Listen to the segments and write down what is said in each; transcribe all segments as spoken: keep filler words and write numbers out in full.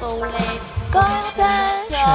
福利公灯球。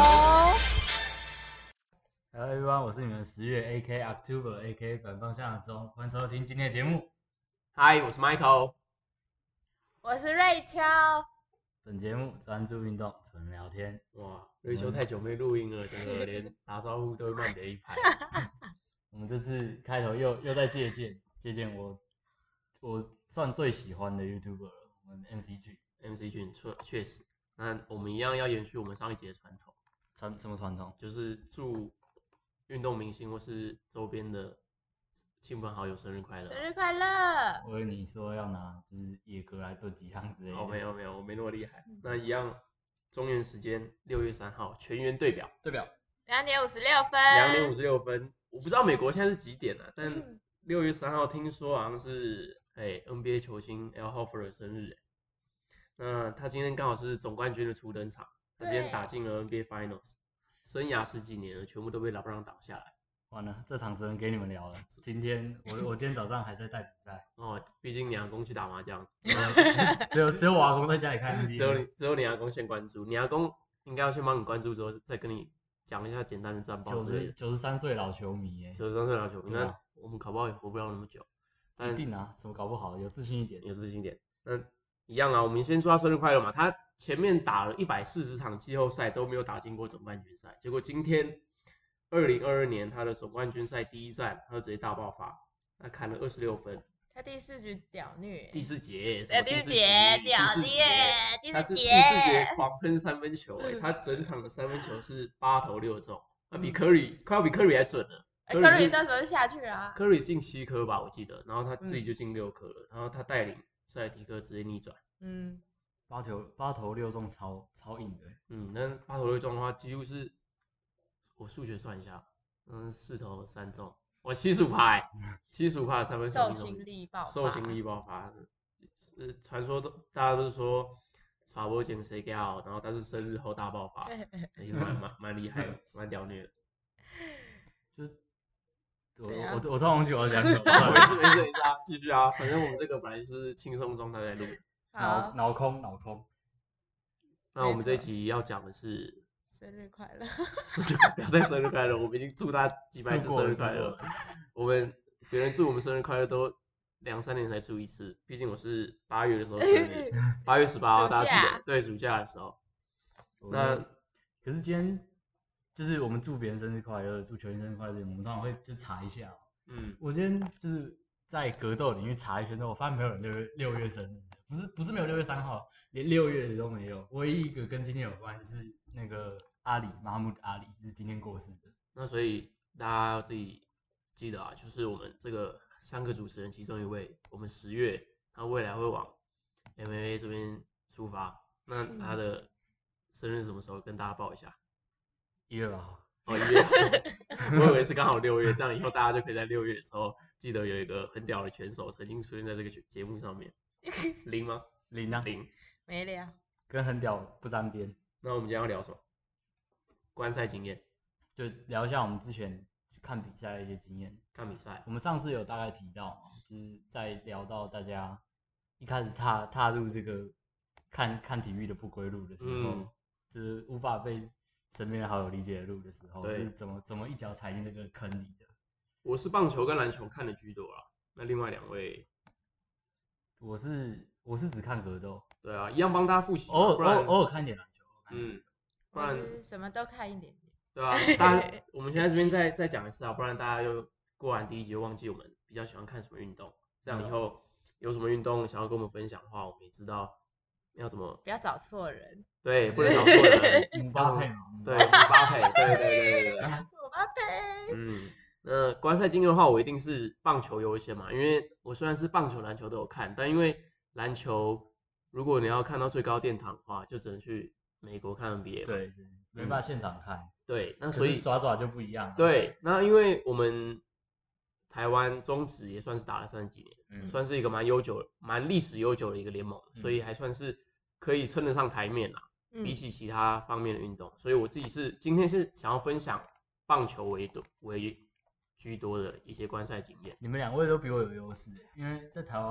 Hello everyone， 我是你们十月 A K October A K 反方向的钟，欢迎收听今天的节目。 嗨，我是 Michael， 我是瑞秋。 本节目专注运动，纯聊天。 哇，瑞秋太久没录音了，整个连打招呼都会慢别一拍。 我们这次开头又又在借鉴借鉴我我算最喜欢的 YouTuber 了，我们 M C G。M C G 确确实，那我们一样要延续我们上一集的传统。 传什么传统？ 就是祝运动明星或是周边的亲朋好友生日快乐。 生日快乐！ 我以为你说要拿就是野格来炖鸡汤之类的。 哦，没有没有，我没那么厉害。那一样，中原时间六月三号，全员对表。 对表。 两点五十六分。 两点五十六分，我不知道美国现在是几点啊？但六月三号听说好像是哎 N B A 球星 Al Horford 的生日。那他今天刚好是总冠军的初登场，他今天打进了 N B A Finals， 生涯十几年了，全部都被拉布朗挡下来。 完了，这场只能给你们聊了。今天我我今天早上还在带比赛。 哦，毕竟你阿公去打麻将， 只有只有我阿公在家里看 N B A。只有你只有你阿公先关注，你阿公应该要先帮你关注之后，再跟你讲一下简单的战报。 九十九十三岁老球迷耶。 九十三岁老球迷，那我们搞不好也活不了那么久。 一定啊，什么搞不好，有自信一点。 有自信一点。那一样啊，我们先祝他生日快乐嘛。他前面打了一百四十场季后赛都没有打进过总冠军赛，结果今天二零二二年他的总冠军赛第一战，他就直接大爆发，他砍了二十六分。 他第四局屌虐。 第四节， 什么第四节屌虐？ 他是第四节狂喷三分球、欸，他整场的三分球是八投六中，他比 Curry 快要比 Curry 还准了。 欸、Curry 那时候就下去了、啊。 Curry 进七颗吧，我记得，然后他自己就进六颗了，嗯、然后他带领塞尔提克直接逆转。 嗯。 八投八投六中超超硬的。 嗯，那八投六中的话，几乎是我数学算一下，嗯，四投三中，我七十五趴，七十五趴的三分球命中率， 受心力爆发， 受心力爆发。呃，传说都大家都是说传播前谁掉，然后但是生日后大爆发，也是蛮蛮蛮厉害的，蛮屌虐的。 就是我我我我突然忘记我要讲什么，没事没事没事啊，继续啊，反正我们这个本来就是轻松状态在录。 脑脑空脑空。 那我们这一集要讲的是生日快乐。 不要再生日快乐，我们已经祝他几百次生日快乐。我们别人祝我们生日快乐都两三年才祝一次，毕竟我是八月的时候生日，八月十八号大家记得，对，暑假的时候。那可是今天就是我们祝别人生日快乐，祝球员生日快乐，我们通常会就查一下。嗯，我今天就是在格斗领域查一圈之后，我发现没有人六月六月生日。不是不是没有六月三号，连六月的都没有。唯一一个跟今天有关就是那个阿里马哈穆阿里是今天过世的。 那所以大家要自己记得啊，就是我们这个三个主持人其中一位，我们十月他未来会往 M M A 这边出发。那他的生日什么时候跟大家报一下？ 一月八号。 哦，一月八号。我以为是刚好六月，这样以后大家就可以在六月的时候记得有一个很屌的拳手曾经出现在这个节目上面。零吗？ 零啊， 零， 没聊， 跟很屌不沾边。 那我们今天要聊什么？观赛经验， 就聊一下我们之前看比赛的一些经验。 看比赛， 我们上次有大概提到嘛，就是在聊到大家一开始踏踏入这个看看体育的不归路的时候，嗯、就是无法被身边的好友理解的路的时候，是怎么怎么一脚踩进这个坑里的。 我是棒球跟篮球看的居多啦，那另外两位。 我是我是只看格斗， 对啊，一样帮大家复习， 偶尔偶尔偶尔看一点篮球， 嗯，不然什么都看一点点， 对啊，大家我们现在这边再再讲一次啊，不然大家又过完第一集就忘记我们比较喜欢看什么运动，这样以后有什么运动想要跟我们分享的话，我们也知道要怎么， 不要找错人， 对，不能找错人， 姆巴佩嘛， 对，姆巴佩，对对对对对， 姆巴佩， 嗯。那观赛经验的话，我一定是棒球优先嘛，因为我虽然是棒球、篮球都有看，但因为篮球，如果你要看到最高殿堂的话，就只能去美国看 N B A 嘛。 对，没办法现场看。嗯、 对，那所以爪爪就不一样。 对，那因为我们台湾中职也算是打了三十几年，嗯、算是一个蛮悠久、蛮历史悠久的一个联盟，嗯、所以还算是可以称得上台面啦。嗯、比起其他方面的运动，所以我自己是今天是想要分享棒球为多为。居多的一些观赛经验， 你们两位都比我有优势，因为在台湾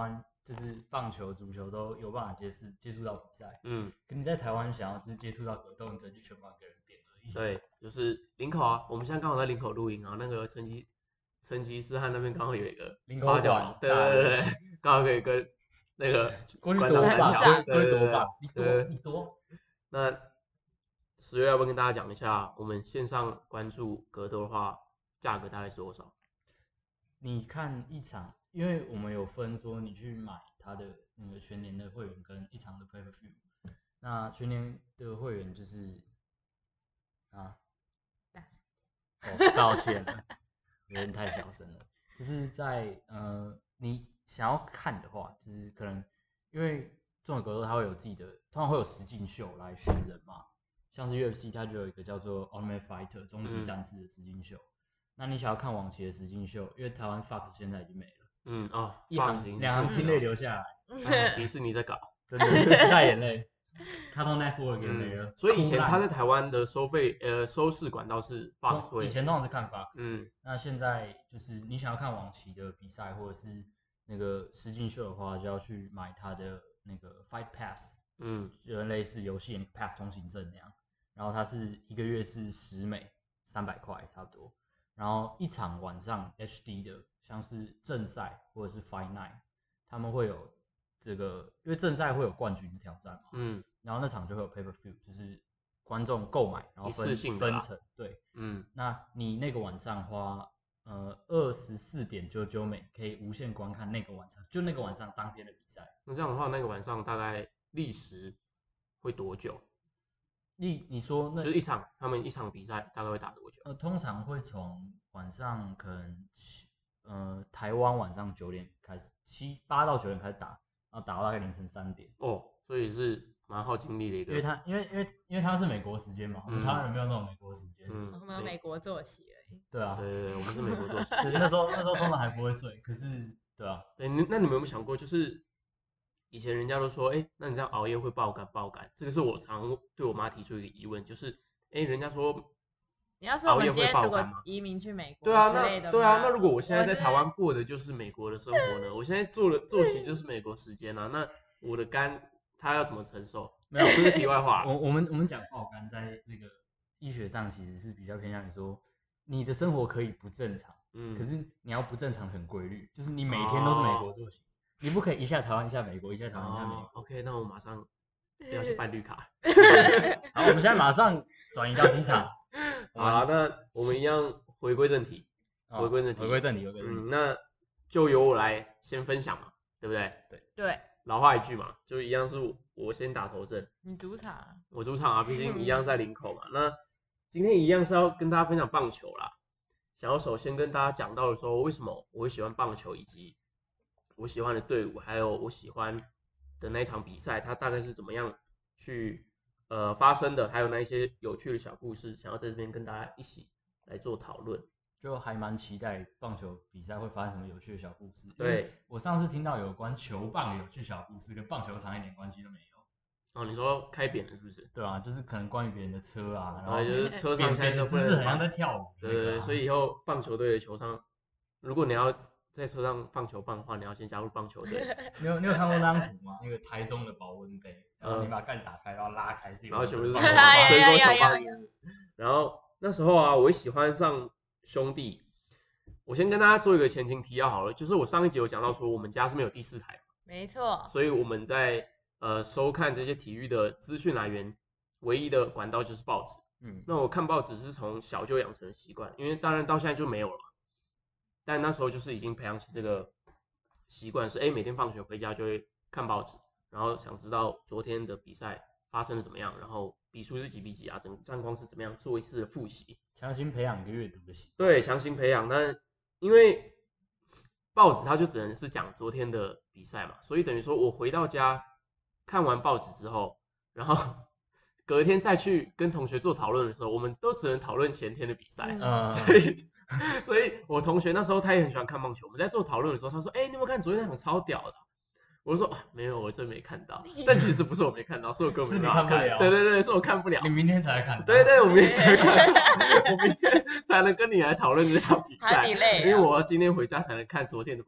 就是棒球、足球都有办法接触接触到比赛。 嗯。 可你在台湾想要就是接触到格斗，你只能去拳馆跟人辩而已。 对，就是林口啊，我们现在刚好在林口录音啊，那个成吉成吉思汗那边刚好有一个林口花脚馆， 对对对对，刚好可以跟那个过去夺棒，过去夺棒，你夺你夺。 那十月要不要跟大家讲一下，我们线上关注格斗的话，价格大概是多少？ 你看一场，因为我们有分说你去买他的那个全年的会员跟一场的 pay per view， 那全年的会员就是啊，哦，抱歉了，有点太小声了，就是在呃你想要看的话，就是可能因为综合格斗它会有自己的，通常会有实境秀来选人嘛，像是 U F C 它就有一个叫做 Ultimate Fighter 终极战士的实境秀。嗯，那你想要看往期的实境秀，因为台湾 Fox 现在已经没了，嗯哦，一行两行清泪流下来， 迪士尼在搞， 真的是大眼泪，Cartoon Network 也没了， 嗯，所以以前他在台湾的收费呃收视管道是 Fox， 以前通常是看 Fox， 嗯，那现在就是你想要看往期的比赛或者是那个实境秀的话，就要去买他的那个 Fight Pass， 嗯，有点类似游戏 Pass 通行证那样，然后它是一个月是十美，三百块差不多。然后一场晚上 H D 的，像是正赛或者是 Fight Night， 他们会有这个，因为正赛会有冠军挑战嘛，嗯，然后那场就会有 pay per view， 就是观众购买，然后分分成，对，嗯，那你那个晚上花呃二十四点九九美，可以无限观看那个晚上，就那个晚上当天的比赛。 那这样的话，那个晚上大概历时会多久？ 你你说那就是一场，他们一场比赛大概会打多久？ 呃，通常会从晚上可能呃台湾晚上九点开始，七八到九点开始打，然后打到大概凌晨三点。 哦，所以是蛮耗精力的一个。 因为他因为因为因为他是美国时间嘛，我们台湾人没有那种美国时间。 嗯，我们有美国作息而已。 对啊， 对对对，我们是美国作息。 那时候那时候通常还不会睡，可是对啊。 对，那你们有没有想过，就是以前人家都说，哎，那你这样熬夜会爆肝爆肝，这个是我常对我妈提出一个疑问，就是，哎，人家说你要说我们今天如果移民去美国之类的，对啊，那对啊，那如果我现在在台湾过的就是美国的生活呢？我现在做的作息就是美国时间啊，那我的肝它要怎么承受？没有，这是题外话。 我我们我们讲爆肝，在这个医学上其实是比较偏向于说，你的生活可以不正常，嗯，可是你要不正常很规律，就是你每天都是美国作息。哦，你不可以一下台湾一下美国，一下台湾一下美国。 哦、OK， 那我马上要去办绿卡。 好，我们现在马上转移到机场。 好，那我们一样回归正题， 哦、 回归正题， 回归正题，回归正题。 嗯，那就由我来先分享嘛，对不对？ 对对。 老话一句嘛，就一样是我先打头阵。 你主场啊？ 我主场啊，毕竟一样在林口嘛。那今天一样是要跟大家分享棒球啦。想要首先跟大家讲到的说，为什么我会喜欢棒球，以及我喜欢的队伍，还有我喜欢的那一场比赛，它大概是怎么样去呃发生的，还有那一些有趣的小故事，想要在这边跟大家一起来做讨论。 就还蛮期待棒球比赛会发生什么有趣的小故事。 对， 我上次听到有关球棒的有趣小故事，跟棒球场一点关系都没有。 哦，你说开扁了是不是？ 对啊，就是可能关于别人的车啊，然后就是车上现在都不能， 姿势很像在跳舞。 对对对，所以以后棒球队的球场，如果你要在车上放球棒的话，你要先加入棒球队。 你有你有看过那张图吗？那个台中的保温杯，然后你把盖子打开，然后拉开， 然后全部是棒球棒，伸缩球棒。然后那时候啊，我喜欢上兄弟。我先跟大家做一个前情提要好了，就是我上一集有讲到说，我们家是没有第四台， 没错， 所以我们在呃收看这些体育的资讯来源，唯一的管道就是报纸。嗯，那我看报纸是从小就养成习惯，因为当然到现在就没有了嘛，但那时候就是已经培养起这个习惯，是哎每天放学回家就会看报纸，然后想知道昨天的比赛发生了怎么样，然后比数是几比几啊，整个战况是怎么样，做一次的复习， 强行培养一个阅读的习惯。 对，强行培养，但因为报纸它就只能是讲昨天的比赛嘛，所以等于说我回到家看完报纸之后，然后隔天再去跟同学做讨论的时候，我们都只能讨论前天的比赛，嗯，所以所以我同学那时候他也很喜欢看棒球，我们在做讨论的时候，他说，哎、欸，你有没有看昨天那场超屌的？我说、啊、没有，我真没看到。但其实不是我没看到，是我根本没看。对对对，是我看不了。 你明天才看。 对对，我明天才看。我明天才能跟你来讨论这场比赛，因为我要今天回家才能看昨天的报纸。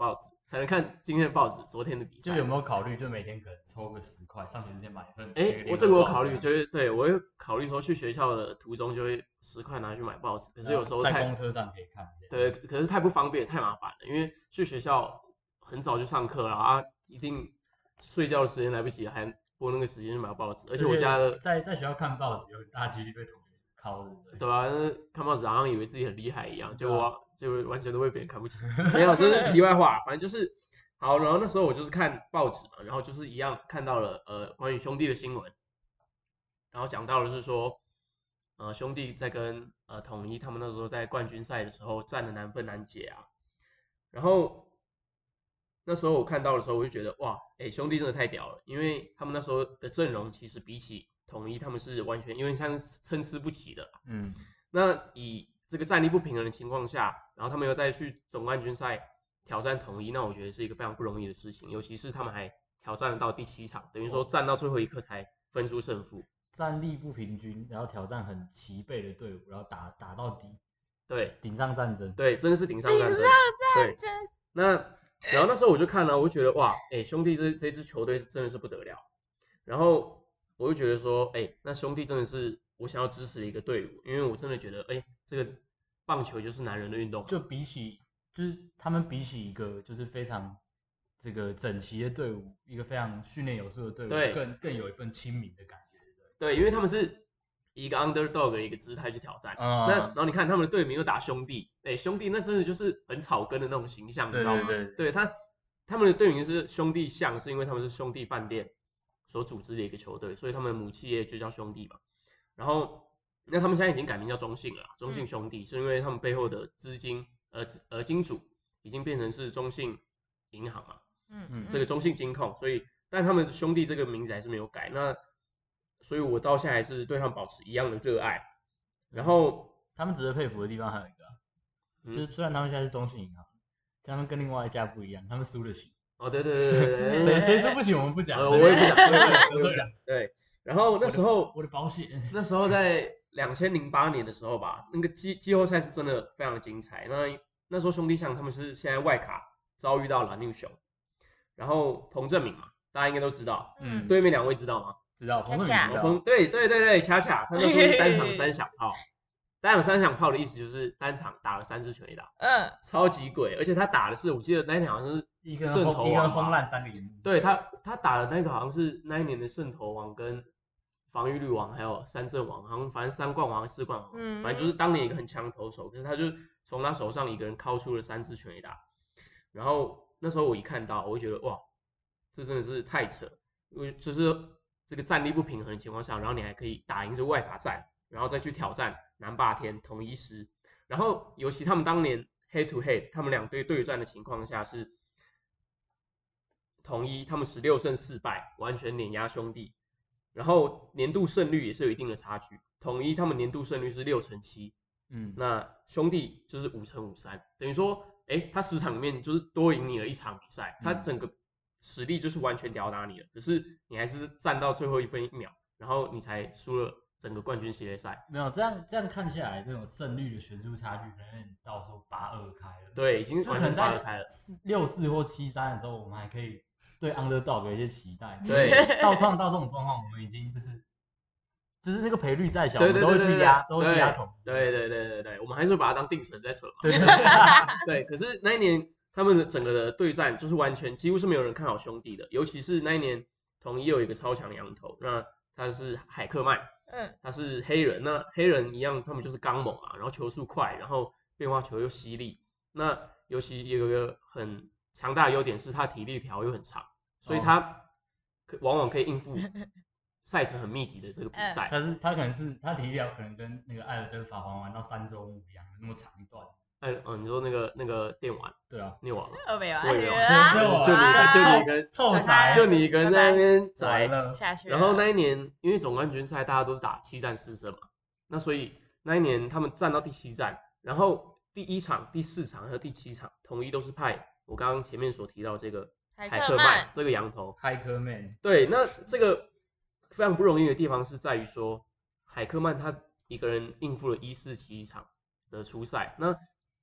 才能看今天的报纸，昨天的比赛。 就有没有考虑，就每天可能抽个十块，上学之前买一份？ 哎，我这个我考虑，就是对我会考虑说去学校的途中就会十块拿去买报纸，可是有时候在公车上可以看。 对，可是太不方便，太麻烦了，因为去学校很早就上课了啊，一定睡觉的时间来不及，还拨那个时间去买报纸，而且我家的在在学校看报纸有很大几率被同学敲的。 对吧？看报纸好像以为自己很厉害一样，就我就完全都被别人看不起。没有，这是题外话，反正就是好。然后那时候我就是看报纸嘛，然后就是一样看到了呃关于兄弟的新闻，然后讲到的是说，呃兄弟在跟呃统一他们那时候在冠军赛的时候战的难分难解啊。然后那时候我看到的时候我就觉得哇，哎兄弟真的太屌了，因为他们那时候的阵容其实比起统一他们是完全有点像参差不齐的。嗯。那以这个战力不平衡的情况下，然后他们又再去总冠军赛挑战统一，那我觉得是一个非常不容易的事情，尤其是他们还挑战得到第七场，等于说战到最后一刻才分出胜负。 战力不平均，然后挑战很齐备的队伍，然后打打到底。 对， 顶上战争。 对，真的是顶上战争。 顶上战争。 那然后那时候我就看了，我就觉得哇，哎，兄弟这这支球队真的是不得了。然后我就觉得说，哎，那兄弟真的是我想要支持的一个队伍，因为我真的觉得，哎，这个棒球就是男人的运动。 就比起，就是他们比起一个就是非常这个整齐的队伍，一个非常训练有素的队伍，更更有一份亲民的感觉。 对，因为他们是以一个 underdog 的一个姿态去挑战。嗯、那然后你看他们的队名又打兄弟，哎，兄弟那真的就是很草根的那种形象，你知道吗？ 对对对。 对他他们的队名是兄弟象，是因为他们是兄弟饭店所组织的一个球队，所以他们的母企业就叫兄弟嘛。然后那他们现在已经改名叫中信了，中信兄弟、嗯、是因为他们背后的资金呃呃金主已经变成是中信银行嘛，嗯嗯，这个中信金控，所以但他们兄弟这个名字还是没有改，那所以我到现在还是对他们保持一样的热爱。然后他们值得佩服的地方还有一个、啊嗯，就是虽然他们现在是中信银行，但他们跟另外一家不一样，他们输得起。 哦，对对对对对， 谁谁输不起我们不讲、 呃，我也不讲，我也不讲。对，然后那时候我的, 我的保险， 那时候在两千零八年的时候吧，那个季季后赛是真的非常的精彩。那那时候兄弟象他们是现在外卡遭遇到蓝牛熊，然后彭政閔嘛，大家应该都知道，嗯，对面两位知道吗？ 知道，彭政閔知道。 彭对对对对，恰恰他那时候是单场三响炮，单场三响炮的意思就是单场打了三支全垒打，嗯，超级鬼，而且他打的是我记得那一年好像是一个胜投王， 一个轰烂三个赢， 对他他打的那个好像是那一年的胜投王跟防御率王还有三振王，好像反正三冠王四冠王，嗯，反正就是当年一个很强投手，可是他就从他手上一个人敲出了三支全垒打，然后那时候我一看到，我就觉得哇，这真的是太扯，因为就是这个战力不平衡的情况下，然后你还可以打赢这外卡战，然后再去挑战南霸天统一狮，然后尤其他们当年 head to head 他们两队对战的情况下是统一他们十六胜四败，完全碾压兄弟，然后年度胜率也是有一定的差距，统一他们年度胜率是六成七，嗯，那兄弟就是五成五三，等于说，哎，他十场里面就是多赢你了一场比赛，他整个实力就是完全吊打你了，可是你还是战到最后一分一秒，然后你才输了整个冠军系列赛。 没有这样这样看下来，这种胜率的悬殊差距可能到时候八二开了。 对，已经完全八二开了。 六四或七三的时候，我们还可以对 underdog 有一些期待。 对， 到创到这种状况，我们已经就是就是那个赔率再小，我们都会去压，都会去压统。 对对对对对，我们还是会把它当定存在存嘛。对对，可是那一年他们的整个的对战就是完全几乎是没有人看好兄弟的，尤其是那一年统一有一个超强洋投，那他是海克曼。嗯，他是黑人，那黑人一样，他们就是刚猛啊，然后球速快，然后变化球又犀利。那尤其有一个很强大的优点是他体力条又很长，所以他往往可以应付赛程很密集的这个比赛。 他是他可能是他体力条可能跟那个艾尔登法环玩到三周目一样，那么长一段。 哎，哦，你说那个那个电玩？ 对啊， 电玩。 我没有， 我有， 就你就你一个臭宅， 就你一个人在那边宅下去。 然后那一年，因为总冠军赛大家都是打七战四胜嘛，那所以那一年他们战到第七战，然后第一场、第四场和第七场，统一都是派我刚刚前面所提到这个海克曼这个洋投。 海克曼。 对，那这个非常不容易的地方是在于说，海克曼他一个人应付了一四七场的初赛，那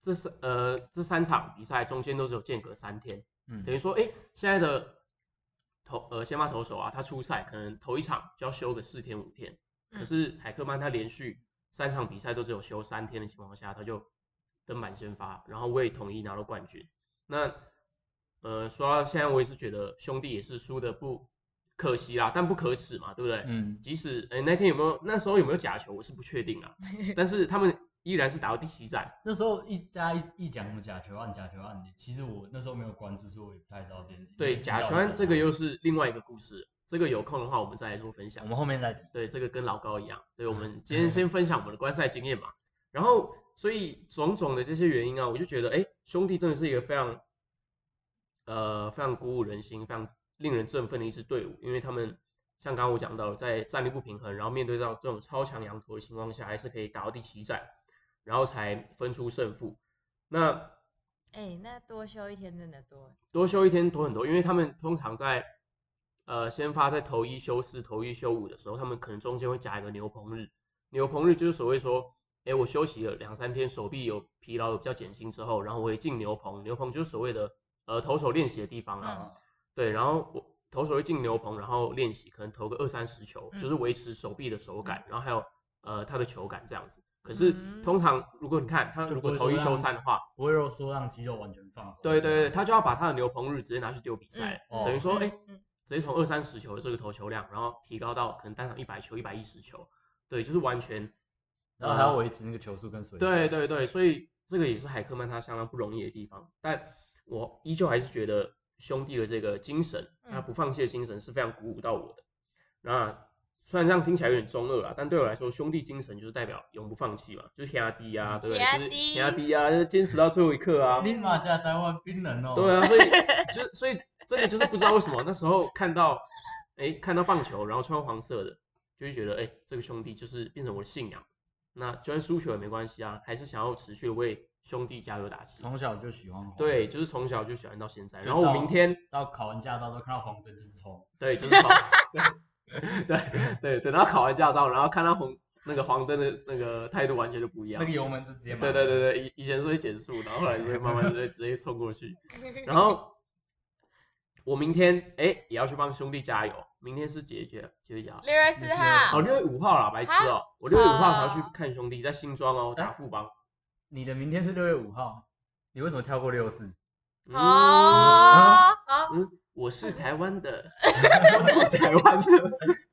这是呃这三场比赛中间都只有间隔三天， 嗯， 等于说哎现在的投呃先发投手啊，他出赛可能头一场就要休个四天五天，可是海克曼他连续三场比赛都只有休三天的情况下，他就登板先发，然后为统一拿到冠军。那呃说到现在我也是觉得兄弟也是输的不可惜啦，但不可耻嘛，对不对？ 嗯， 即使哎那天有没有那时候有没有假球我是不确定啊，但是他们依然是打到第七战。 那时候一大家一一讲什么假球案假球案，其实我那时候没有关注，所以我也不太知道这件事情。 对，假球案这个又是另外一个故事，这个有空的话我们再来做分享。 我们后面再提。 对，这个跟老高一样，对，我们今天先分享我们的观赛经验嘛。然后所以种种的这些原因啊，我就觉得哎兄弟真的是一个非常呃非常鼓舞人心、非常令人振奋的一支队伍，因为他们像刚刚我讲到，在战力不平衡，然后面对到这种超强羊头的情况下，还是可以打到第七战，然后才分出胜负。那哎、欸，那多休一天真的多？ 多休一天多很多，因为他们通常在呃先发在头一休四、头一休五的时候，他们可能中间会加一个牛棚日。牛棚日就是所谓说，哎、欸，我休息了两三天，手臂有疲劳有比较减轻之后，然后我也进牛棚。牛棚就是所谓的呃投手练习的地方啊。嗯、对，然后我投手会进牛棚，然后练习，可能投个二三十球，嗯、就是维持手臂的手感，嗯、然后还有呃他的球感这样子。可是通常如果你看他如果头一休三的话， 不会说让肌肉完全放松。 对对对，他就要把他的牛棚日直接拿去丢比赛， 嗯、 等于说哎、欸，直接从二三十球的这个投球量，然后提高到可能单场一百球、一百一十球，对，就是完全， 然后还要维持那个球速跟水准。 对对对，所以这个也是海克曼他相当不容易的地方，但我依旧还是觉得兄弟的这个精神，他不放弃的精神是非常鼓舞到我的。那虽然这样听起来有点中二啦，但对我来说，兄弟精神就是代表永不放弃嘛，就是兄弟啊，对不对？就是兄弟啊，就是坚持到最后一刻啊。 你马家台湾冰人哦。 对啊，所以就所以真的就是不知道为什么那时候看到，哎，看到棒球，然后穿黄色的，就会觉得哎，这个兄弟就是变成我的信仰。那就算输球也没关系啊，还是想要持续的为兄弟加油打气。 从小就喜欢黄。 对，就是从小就喜欢到现在。然后我明天到考完驾照都看到黄灯就是冲。 对，就是冲。对对，等到考完驾照，然后看到红那个黄灯的那个态度完全就不一样。 那个油门就直接。 对对对对，以以前是会减速，然后后来就会慢慢的直接冲过去。然后我明天哎也要去帮兄弟加油，明天是几月几号？几月几号？ 六月四号。 哦，六月五号啦，白痴哦，我六月五号才要去看兄弟，在新庄哦打富邦。 你的明天是六月五号，你为什么跳过六四？ 哦， 嗯，我是台湾的，我是台湾的。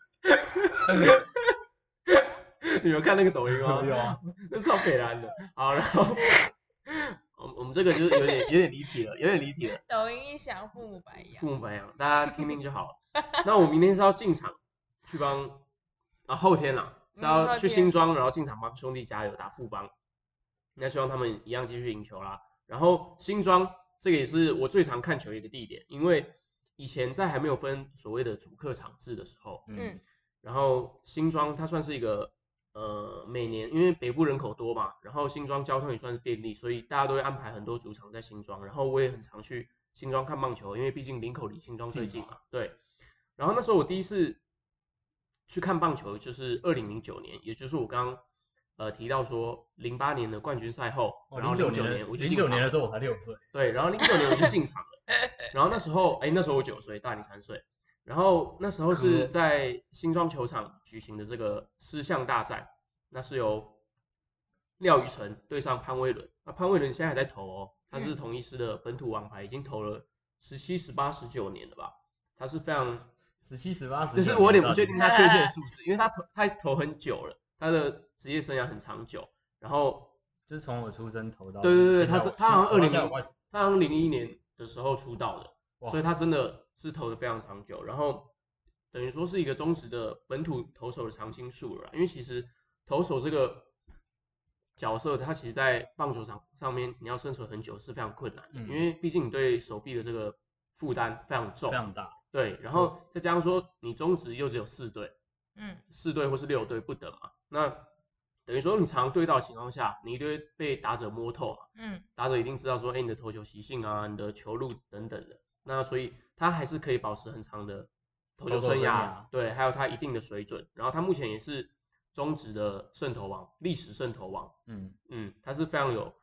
你有看那个抖音吗？ 有啊， 那超北蓝的。好，然后我我们这个就是有点有点离题了，有点离题了。 抖音一响，父母白养。 父母白养，大家听听就好了。那我明天是要进场去帮，啊后天啦是要去新庄，然后进场帮兄弟加油打富邦。那希望他们一样继续赢球啦。然后新庄这个也是我最常看球的一个地点，因为以前在还没有分所谓的主客场制的时候，嗯，然后新庄它算是一个呃每年因为北部人口多嘛，然后新庄交通也算是便利，所以大家都会安排很多主场在新庄，然后我也很常去新庄看棒球，因为毕竟林口离新庄最近嘛，对。然后那时候我第一次去看棒球就是二零零九年，也就是我刚刚呃提到说零八年的冠军赛后，然后零九年我就进场了。零九年的时候我才六岁。 对，然后零九年我就进场了，然后那时候哎那时候我九岁，大你三岁。然后那时候是在新庄球场举行的这个狮象大战，那是由廖宇成对上潘威伦，那潘威伦现在还在投哦，他是统一狮的本土王牌，已经投了十七、十八、十九年了吧，他是非常十七、十八、十九， 就是我有点不确定他确切的数字，因为他投他投很久了，他的职业生涯很长久，然后就是从我出生投到对对对，他是他好像二零零他好像零一年的时候出道的，所以他真的是投的非常长久，然后等于说是一个中职的本土投手的常青树了，因为其实投手这个角色，他其实在棒球场上面你要生存很久是非常困难的，嗯、因为毕竟你对手臂的这个负担非常重， 非常大。 对，然后再加上说你中职又只有四队，嗯，四队或是六队不等嘛，那等于说你常对到的情况下，你一定会被打者摸透嘛，嗯，打者一定知道说，哎，你的投球习性啊，你的球路等等的，那所以他还是可以保持很长的投球生涯，对，还有他一定的水准，然后他目前也是中职的胜投王，历史胜投王，嗯嗯，他是非常有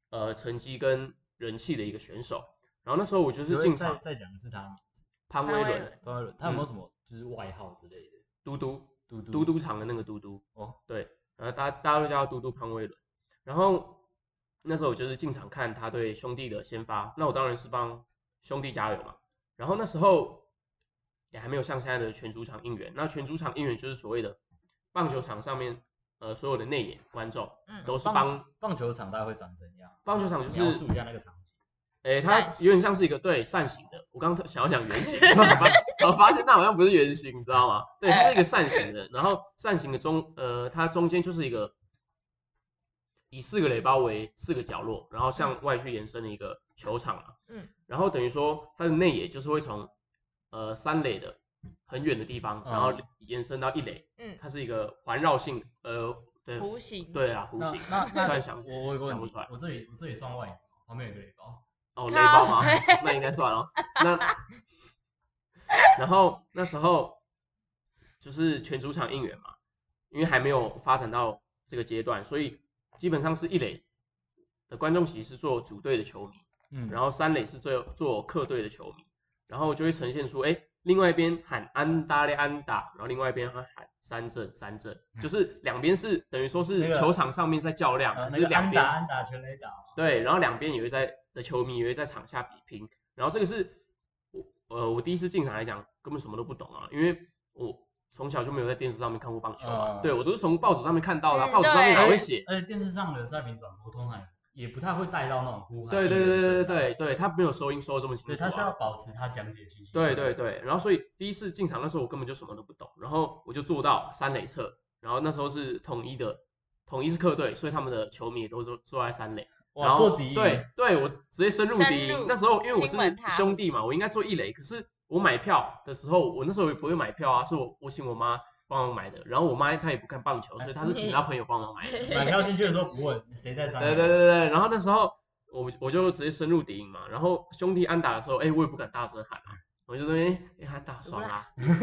呃成绩跟人气的一个选手。然后那时候我就是进场， 再再讲的是他吗？ 潘威伦， 潘威伦，他有没有什么就是外号之类的？ 嘟嘟， 嘟嘟， 嘟嘟场的那个嘟嘟。 哦， 对，然后大家大家都叫他嘟嘟潘威伦。然后那时候我就是进场看他对兄弟的先发，那我当然是帮兄弟加油嘛。然后那时候也还没有像现在的全主场应援，那全主场应援就是所谓的棒球场上面呃所有的内野观众，嗯，都是帮棒球场大概会长怎样？ 棒球场就是描述一下那个场景。 诶，它有点像是一个对扇形的，我刚刚想要讲圆形，我发现那好像不是圆形，你知道吗？对，它是一个扇形的，然后扇形的中呃它中间就是一个以四个垒包为四个角落，然后向外去延伸的一个球场嘛，嗯，然后等于说它的内野就是会从呃三垒的很远的地方，然后延伸到一垒，嗯，它是一个环绕性呃对弧形， 对啊弧形， 那那那想我我有个问题， 我这里我这里算外野，旁边有个垒包。 哦，垒包吗？那应该算了。那然后那时候就是全主场应援嘛，因为还没有发展到这个阶段，所以基本上是一垒的观众席是做主队的球迷，嗯，然后三垒是做做客队的球迷，然后就会呈现出，哎，另外一边喊安打嘞安打，然后另外一边喊三振三振，嗯、就是两边是等于说是球场上面在较量， 那个、 可是两边、 呃那个、安打安打全垒打， 对，然后两边也会在的球迷也会在场下比拼，然后这个是我呃我第一次进场来讲根本什么都不懂啊，因为我从小就没有在电视上面看过棒球嘛，呃、对我都是从报纸上面看到的、啊，嗯、报纸上面哪会写？ 而且电视上的赛评转播通常也不太会带到那种呼喊， 对对对对对对，他没有收音收这么清楚、啊， 对，他需要保持他讲解清晰。 对对对，然后所以第一次进场那时候我根本就什么都不懂，然后我就坐到三垒侧，然后那时候是统一的，统一是客队，所以他们的球迷也都坐坐在三垒。然后对对，我直接深入敌营。那时候因为我是兄弟嘛，我应该做一垒，可是我买票的时候，我那时候也不会买票啊，是我我请我妈帮忙买的。然后我妈她也不看棒球，所以她是请她朋友帮忙买的。 买票进去的时候不问谁在三垒。 对对对对，然后那时候我我就直接深入敌营嘛，然后兄弟安打的时候，哎，我也不敢大声喊啊，我就说哎哎他打爽啊。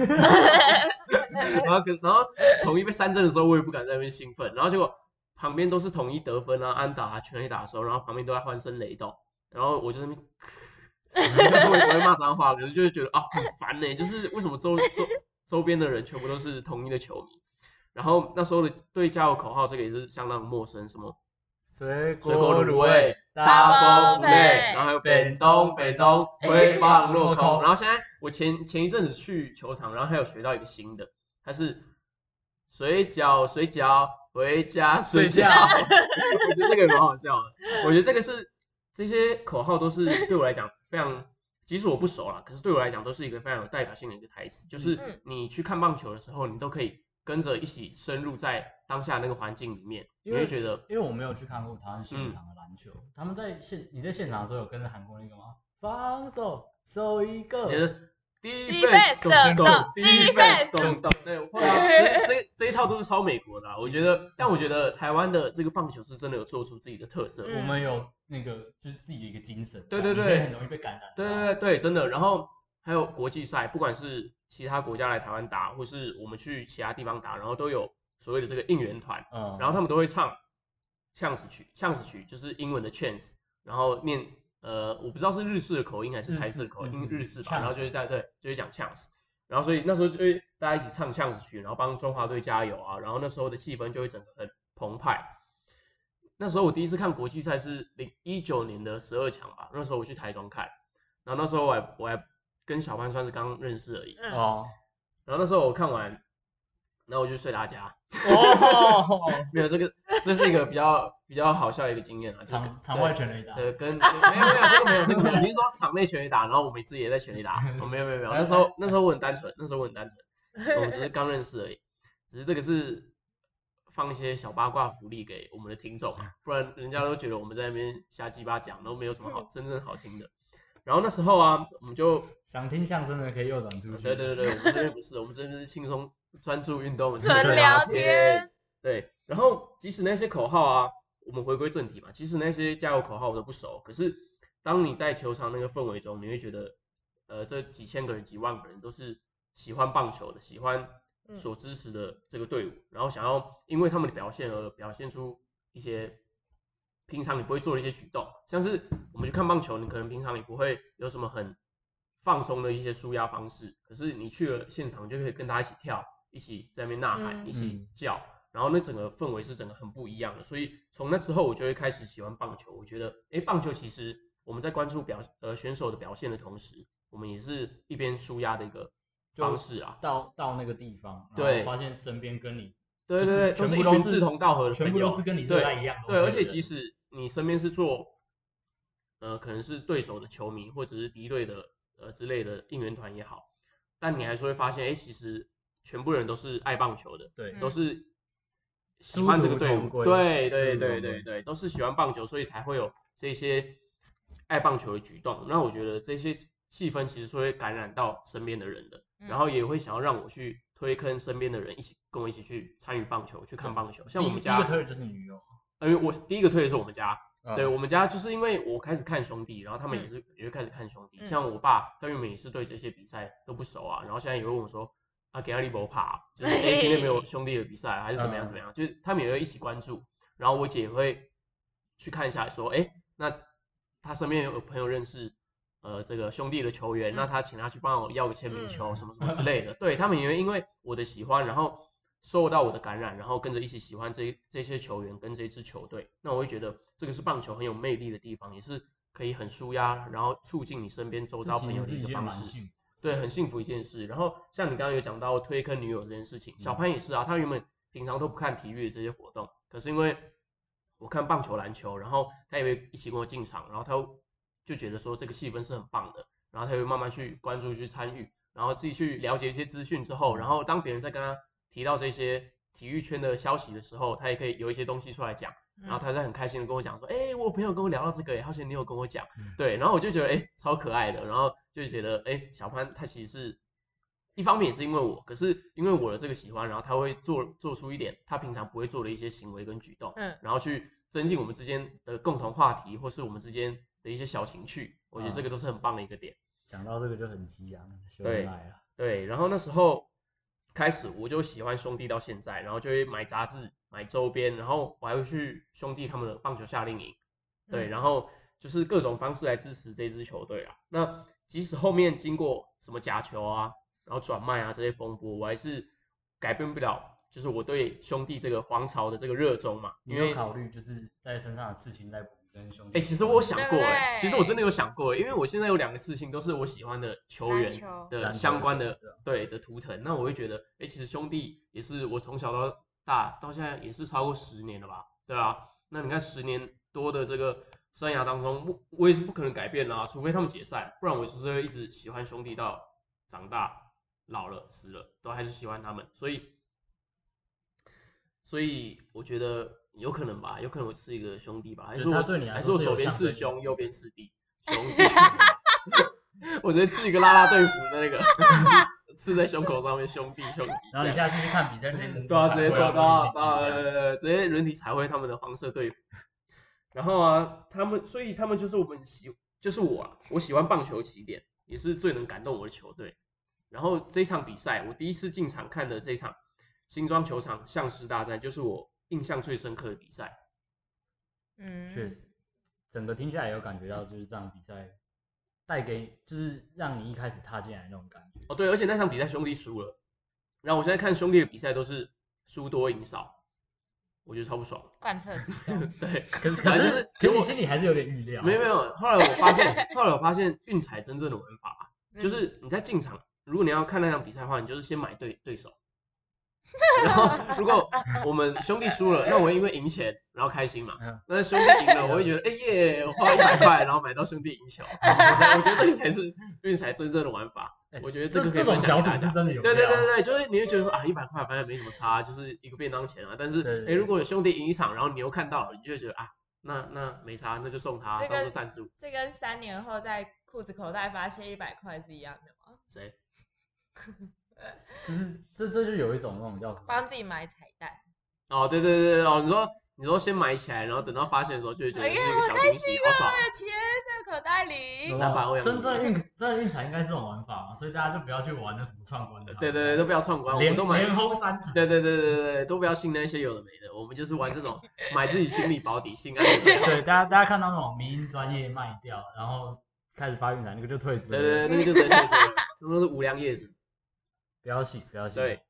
然后然后统一被三振的时候，我也不敢在那边兴奋，然后结果。旁边都是统一得分啊、安打啊、全垒打的时候，然后旁边都在欢声雷动，然后我就在那边，我也不会骂脏话，可是就是觉得啊很烦呢、欸，就是为什么周周周边的人全部都是统一的球迷，然后那时候的对加油口号这个也是相当陌生，什么水果卤味、大波福类，然后还有北东北东挥棒落空，然后现在我前前一阵子去球场，然后还有学到一个新的，它是水饺水饺。回家睡觉，我觉得这个蛮好笑的。我觉得这个是这些口号都是对我来讲非常，即使我不熟啦，可是对我来讲都是一个非常有代表性的一个台词。就是你去看棒球的时候，你都可以跟着一起深入在当下那个环境里面，你会觉得， 因为我没有去看过台湾现场的篮球，嗯、他们在现你在现场的时候有跟着喊过那个吗？防守守一个。 defense 咚咚 defense 咚咚，对，我这这这一套都是超美国的、啊，我觉得，但我觉得台湾的这个棒球是真的有做出自己的特色， 我们有那个就是自己的一个精神， 对对对， 很容易被感染， 对对对对，真的，然后还有国际赛，不管是其他国家来台湾打，或是我们去其他地方打，然后都有所谓的这个应援团，嗯，然后他们都会唱呛死曲，呛死曲就是英文的 chance， 然后念。呃，我不知道是日式的口音还是台式的口音，日式吧，然后就是在对，就是讲 chance， 然后所以那时候就会大家一起唱 chance 曲，然后帮中华队加油啊，然后那时候的气氛就会整个很澎湃。那时候我第一次看国际赛是零一九年的十二强吧，那时候我去台中看，然后那时候我还我还跟小潘算是刚认识而已，哦，然后那时候我看完，然后我就睡他家，哦，没有这个，这是一个比较。比较好笑的一个经验啊， 场场外全垒打， 对，跟没有没有这个没有这个没有，你是说场内全垒打，然后我们自己也在全垒打，哦没有没有没有，那时候那时候我很单纯，那时候我很单纯，我们只是刚认识而已，只是这个是放一些小八卦福利给我们的听众嘛，不然人家都觉得我们在那边瞎鸡巴讲，都没有什么好真正好听的。然后那时候啊，我们就想听相声的可以右转出去。 对对对对，我们这边不是，我们这边是轻松专注运动， 纯聊天。 对，然后即使那些口号啊。我们回归正题嘛，其实那些加油口号我都不熟，可是当你在球场那个氛围中，你会觉得，呃，这几千个人、几万个人都是喜欢棒球的，喜欢所支持的这个队伍，嗯、然后想要因为他们的表现而表现出一些平常你不会做的一些举动，像是我们去看棒球，你可能平常你不会有什么很放松的一些抒压方式，可是你去了现场就可以跟大家一起跳，一起在那边呐喊，嗯、一起叫，然后那整个氛围是整个很不一样的，所以从那之后我就会开始喜欢棒球，我觉得，哎，棒球其实我们在关注表呃选手的表现的同时，我们也是一边抒压的一个方式啊， 到到那个地方， 对， 然后发现身边跟你。 对对对， 都是一群志同道合的朋友，全部都是跟你热爱一样的。 对，而且即使你身边是做，呃，可能是对手的球迷，或者是敌对的呃之类的应援团也好，但你还是会发现，哎，其实全部人都是爱棒球的， 对， 都是喜欢这个队伍，对对对对对，都是喜欢棒球，所以才会有这些爱棒球的举动。那我觉得这些气氛其实是会感染到身边的人的，然后也会想要让我去推坑身边的人一起跟我一起去参与棒球，去看棒球。像我们家第一个推的就是女友， 因为我第一个推的是我们家，嗯、对我们家就是因为我开始看兄弟，然后他们也是、嗯、也会开始看兄弟。嗯、像我爸他原本也是对这些比赛都不熟啊，然后现在也会问我说啊，给他利伯帕，就是哎、欸、今天没有兄弟的比赛还是怎么样怎么样，嗯、就是他们也会一起关注，然后我姐也会去看一下说，哎、欸，那他身边有朋友认识。呃，这个兄弟的球员，嗯、那他请他去帮我要个签名球，嗯、什么什么之类的。对他们也会因为我的喜欢，然后受到我的感染，然后跟着一起喜欢这这些球员跟这支球队。那我会觉得这个是棒球很有魅力的地方，也是可以很抒压，然后促进你身边周遭朋友的一个方式。对，很幸福一件事。然后像你刚刚有讲到推坑女友这件事情，小潘也是啊，他原本平常都不看体育的这些活动，可是因为我看棒球、篮球，然后他也会一起跟我进场，然后他就觉得说这个气氛是很棒的，然后他会慢慢去关注、去参与，然后自己去了解一些资讯之后，然后当别人在跟他提到这些体育圈的消息的时候，他也可以有一些东西出来讲，然后他在很开心的跟我讲说，哎、欸，我朋友跟我聊到这个，好险你有跟我讲，对，然后我就觉得哎、欸、超可爱的，然后就觉得哎、欸、小潘他其实是一方面也是因为我，可是因为我的这个喜欢，然后他会做做出一点他平常不会做的一些行为跟举动，嗯，然后去增进我们之间的共同话题，或是我们之间的一些小情趣，我觉得这个都是很棒的一个点。 讲到这个就很激昂， 对对，然后那时候开始我就喜欢兄弟到现在，然后就会买杂志、买周边，然后我还会去兄弟他们的棒球夏令营，对，嗯、然后就是各种方式来支持这支球队啊。那即使后面经过什么假球啊，然后转卖啊这些风波，我还是改变不了。就是我对兄弟这个皇朝的这个热衷嘛， 你有考虑就是在身上的刺青在补跟兄弟？ 哎、欸，其实我想过哎、欸，其实我真的有想过、欸，因为我现在有两个刺青都是我喜欢的球员的相关的对的图腾，那我会觉得，哎、欸，其实兄弟也是我从小到大到现在也是超过十年了吧，对吧？那你看十年多的这个生涯当中，我也是不可能改变啦，除非他们解散，不然我就是会一直喜欢兄弟到长大老了死了，都还是喜欢他们，所以。所以我觉得有可能吧，有可能我是一个兄弟吧，还是我对你还是我左边是兄，右边是弟，兄弟。我直接刺一个啦啦队服的那个，刺在胸口上面，兄弟兄弟。 然后你下次去看比赛， 对啊，直接脱到啊，直接人体彩绘他们的黄色队服。然后啊，他们所以他们就是我们喜，就是我啊，我喜欢棒球起点，也是最能感动我的球队。然后这场比赛，我第一次进场看的这场。新庄球场象狮大战就是我印象最深刻的比赛。 嗯，确实，整个听下来有感觉到就是这场比赛带给，就是让你一开始踏进来那种感觉。 哦，对，而且那场比赛兄弟输了，然后我现在看兄弟的比赛都是输多赢少，我觉得超不爽。 贯彻始终。 对， 可是可是，可是你心里还是有点预料。 没有没有，后来我发现，后来我发现运彩真正的玩法，就是你在进场，如果你要看那场比赛的话，你就是先买对对手。然后如果我们兄弟输了，那我会因为赢钱然后开心嘛。那兄弟赢了，我会觉得哎耶，我花一百块然后买到兄弟赢球。我觉得这个才是运彩真正的玩法。我觉得这个可以分享给大家。 对对对对对，就是你会觉得说啊一百块反正没什么差，就是一个便当钱啊。但是哎如果有兄弟赢一场，然后你又看到了，你就会觉得啊那那没差，那就送他当做赞助。 这跟三年后在裤子口袋发现一百块是一样的吗？ 谁？ 就是这这就有一种那种叫什么？ 帮自己买彩蛋。 哦，对对对哦，你说你说先买起来，然后等到发现的时候，就会觉得是一个小惊喜，好爽。 钱在口袋里。 真正运真正运彩应该是这种玩法嘛，所以大家就不要去玩那什么创关场。 对对对，都不要创关， 连我们都买连轰三场。 对对对对对，都不要信那些有的没的，我们就是玩这种买自己心理保底，心安理得。 对，大家大家看到那种迷因专业卖掉，然后开始发运彩，那个就退出。 对对对，那个就直接退出了，那都是无良叶子。 不要信，不要信。对。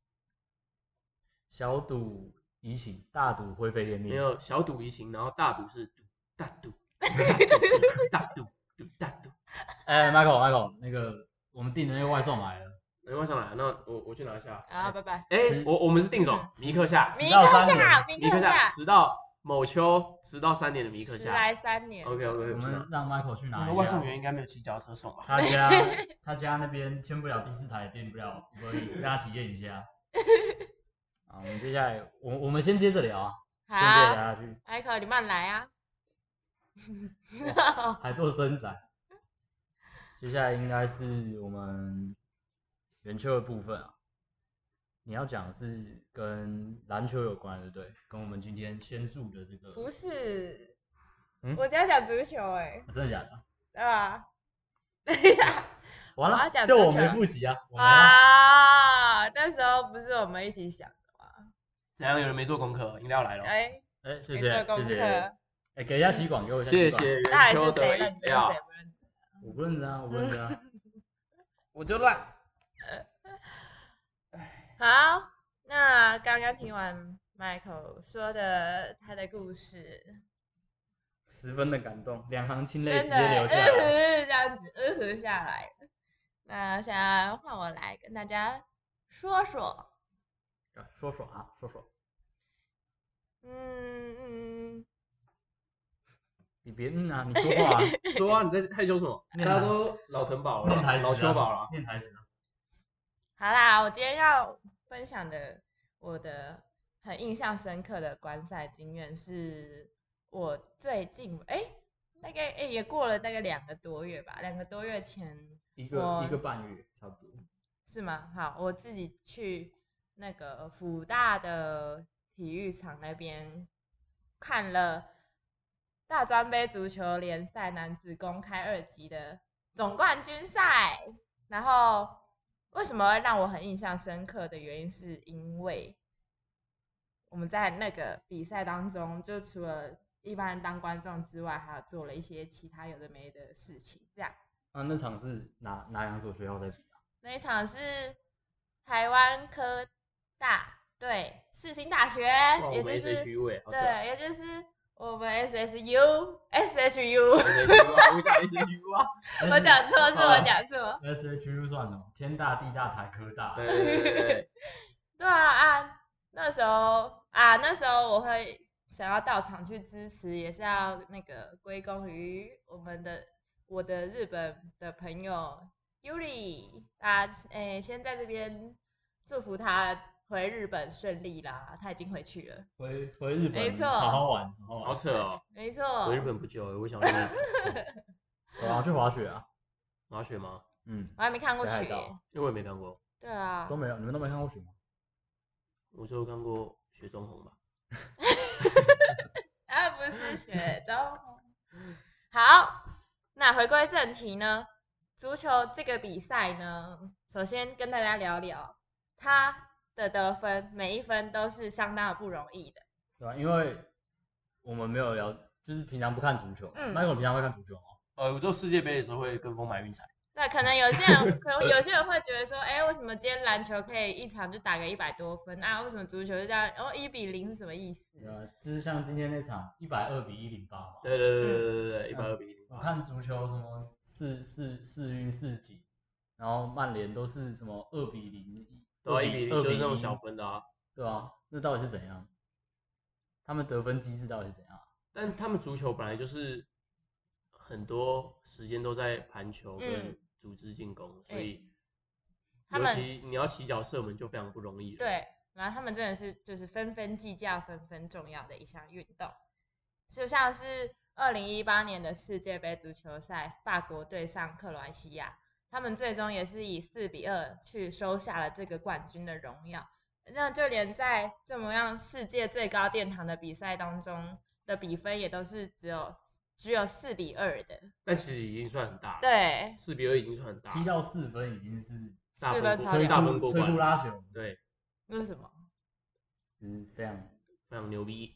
小赌怡情，大赌灰飞烟灭。 没有小赌怡情，然后大赌是赌大赌大赌赌大赌。 哎 ，Michael Michael， 那个我们订的那个外送来了。 那外送来了，那我我去拿一下。 啊，拜拜。 哎，我我们是订什么？米克夏。 米克夏， 米克夏，迟到某秋，迟到三年的米克夏。 迟来三年。 OK OK， 我们让 Michael 去拿一下。 外送员应该没有骑脚踏车送吧？ 他家他家那边签不了第四台，订不了，所以让他体验一下。好，我们接下来，我我们先接着聊啊， 好， 先接着聊下去。 Michael，你慢来啊。 还做伸展。接下来应该是我们圆球的部分啊。你要讲的是跟篮球有关，对不对？跟我们今天先注的这个。 不是。 嗯。 我要讲足球哎、欸啊。真的假的？ 对吧？对呀。 完了，就我没复习啊。 啊，那时候不是我们一起想的吗？ 怎样？有人没做功课？饮料来了。 哎哎，谢谢谢谢。哎，给一下吸管，给我一下吸管。谢谢圆球的饮料。 我不认识啊，我不认识啊。 我就烂。 好，那刚刚听完 Michael 说的他的故事， 十分的感动，两行清泪直接流下来， 呃、这样子呃合下来。那现在换我来跟大家说说。 说说啊，说说。 嗯嗯。 你别嗯啊，你说话啊， 说啊，你在害羞什么？大家都老腾宝了，老秋宝了， 念台词。 好啦，我今天要分享的我的很印象深刻的观赛经验是，我最近哎，大概哎也过了大概两个多月吧，两个多月前， 一个一个半月差不多。 是吗？好，我自己去那个辅大的体育场那边看了大专杯足球联赛男子公开二级的总冠军赛，然后为什么会让我很印象深刻的原因是因为我们在那个比赛当中，就除了一般人当观众之外，还有做了一些其他有的没的事情，这样。 啊，那场是哪哪两所学校在比啊？ 那一场是台湾科大对世新大学，也就是、对，也就是我们 S S U S H U。 S H U 啊，我讲 S H U 啊， 我讲错，是我讲错。 S H U 算了，天大地大台科大。 对对对对。 对啊啊，那时候啊，那时候我会想要到场去支持，也是要那个归功于我们的我的日本的朋友 Yuri 啊，诶，先在这边祝福他回日本顺利啦，他已经回去了。 回回日本， 没错， 好好玩，好好扯哦。 没错。 回日本不久，我想去日本。 我要去滑雪啊。 滑雪吗？ 嗯。 我还没看过雪。 因为我也没看过。 对啊。 都没有，你们都没看过雪吗？ 我就看过雪中红吧。 啊，不是雪中红。好，那回归正题呢，足球这个比赛呢，首先跟大家聊聊它的得分，每一分都是相当的不容易的。 对啊，因为我们没有聊，就是平常不看足球。嗯。Michael 平常会看足球吗？ 呃，我做世界杯的时候会跟风买运彩。 对，可能有些人，可能有些人会觉得说，哎、欸，为什么今天篮球可以一场就打个一百多分啊？为什么足球就这样？哦，一比零是什么意思？ 对啊，就是像今天那场一百二比一零八嘛。 对对对对对对，一百二比一零八。 我看足球什么四四四运四级，然后曼联都是什么二比零， 对啊，一比零就是那种小分的啊。 对啊，那到底是怎样？他们得分机制到底是怎样？ 但他们足球本来就是很多时间都在盘球跟组织进攻，嗯、所以尤其你要起脚射门就非常不容易了。 对，然后他们真的是就是分分计较、分分重要的一项运动，就像是二零一八年的世界杯足球赛，法国对上克罗埃西亚，他们最终也是以四比二去收下了这个冠军的荣耀。 那就连在这么样世界最高殿堂的比赛当中的比分也都是只有只有四比二的。 但其实已经算很大了。 对。 四比二已经算很大了。 踢到四分已经是大分过大分过关，吹库拉球。 对。 那是什么？ 就是非常非常牛逼。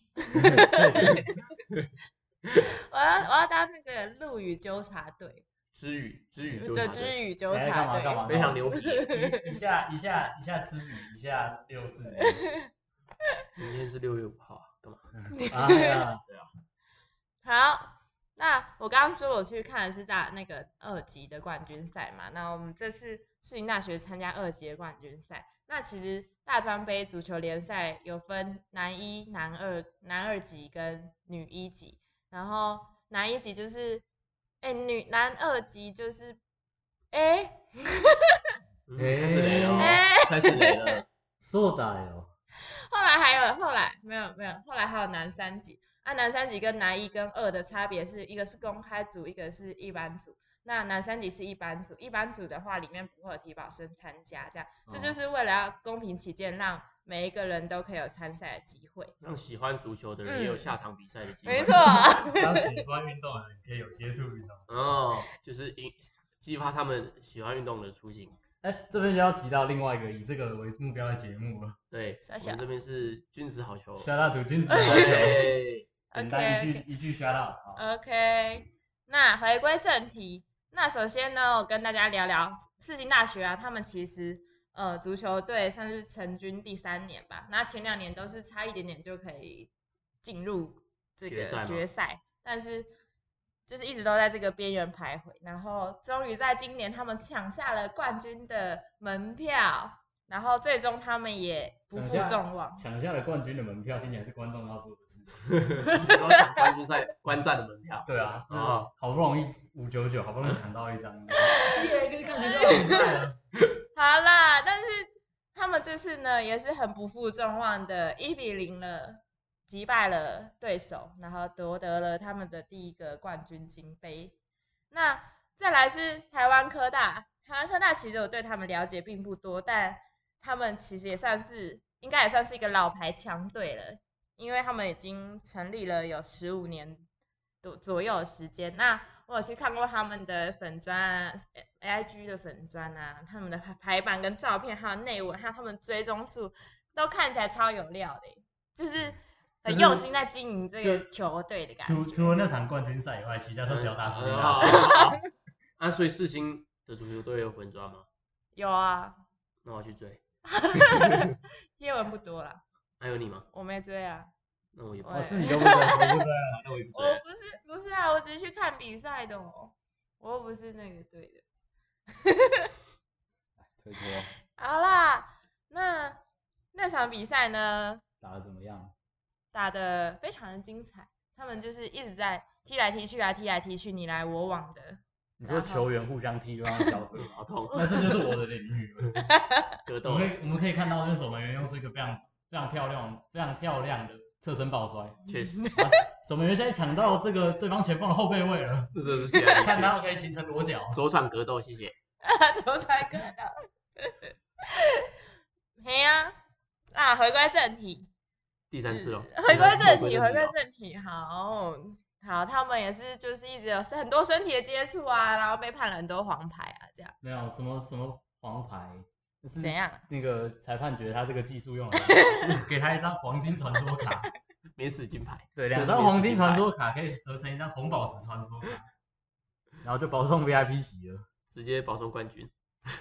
我要我要当那个陆羽纠察队。 知语知语纠察队。对，知语纠察队。 干嘛非常牛逼。 一下一下一下知语，一下六四。 明天是六月五号，干嘛？ 哎呀， 对啊。 好，那我刚刚说我去看的是大那个二级的冠军赛嘛，那我们这次世新大学参加二级的冠军赛。那其实大专杯足球联赛有分男一、男二、男二级跟女一级，然后男一级就是，哎、欸，女男二级就是，哎、欸， 嗯，开始雷了，欸、开始雷了， そうだよ。 后来还有后来没有没有，后来还有男三级，啊男三级跟男一跟二的差别是一个是公开组，一个是一般组。那男三级是一般组，一般组的话里面不会有体保生参加，这样，哦、这就是为了要公平起见，让每一个人都可以有参赛的机会， 让喜欢足球的人也有下场比赛的机会。 嗯、没错， 让喜欢运动的人可以有接触运动。 哦，就是引激发他们喜欢运动的初心。 哎、欸，这边就要提到另外一个以这个为目标的节目了。 对，我们这边是君子好球。 shout out to 君子好球。简单一句、okay, okay. 一句 shout out。 OK， 那回归正题。那首先呢，我跟大家聊聊世新大学啊，他们其实呃足球队算是成军第三年吧，那前两年都是差一点点就可以进入这个决赛，但是就是一直都在这个边缘徘徊，然后终于在今年他们抢下了冠军的门票，然后最终他们也不负众望， 抢下了冠军的门票，听起来是观众要做的事。 你说抢冠军赛观战的门票？ 对啊，哦，好不容易五九九，好不容易抢到一张，耶，跟感觉就要比赛了。 好啦，但是他们这次呢也是很不负众望的，一比零了击败了对手，然后夺得了他们的第一个冠军金杯。那再来是台湾科大，台湾科大其实我对他们了解并不多，但他们其实也算是，应该也算是一个老牌强队了。因为他们已经成立了有十五年左左右的时间，那我有去看过他们的粉专啊 ，I G 的粉专啊，他们的排版跟照片，还有内文，还有他们追踪数，都看起来超有料的，就是很用心在经营这个球队的感觉。 除除了那场冠军赛以外，其他都比较大事情。 啊，所以世新的足球队有粉专吗？ 有啊。 那我去追。 贴文不多啦。 还有你吗？ 我没追啊。 那我也不我自己都不追，我不追啊， 那我也不追。 我不是不是啊，我只是去看比赛的哦，我又不是那个队的。 推脱。 好啦，那那场比赛呢？ 打得怎么样？ 打得非常的精彩，他们就是一直在踢来踢去啊，踢来踢去，你来我往的。 你说球员互相踢，让他小腿好痛， 那这就是我的领域了。 格斗。 我们我们可以看到，那守门员用出一个非常非常漂亮、非常漂亮的侧身抱摔。 确实。 啊、守门员现在抢到这个对方前锋的后背位了。 这是这样。 看他可以形成裸脚。 左转格斗，谢谢。 左转格斗。嘿呀，啊，回归正题。 第三次了。 回归正题，回归正题，好。好，他们也是就是一直有很多身体的接触啊，然后被判了很多黄牌啊，这样。 没有什么什么黄牌。 怎样？ 那个裁判觉得他这个技术用了，给他一张黄金传说卡， 免死金牌。 对，两张黄金传说卡可以合成一张红宝石传说卡，然后就保送 V I P 席了， 直接保送冠军。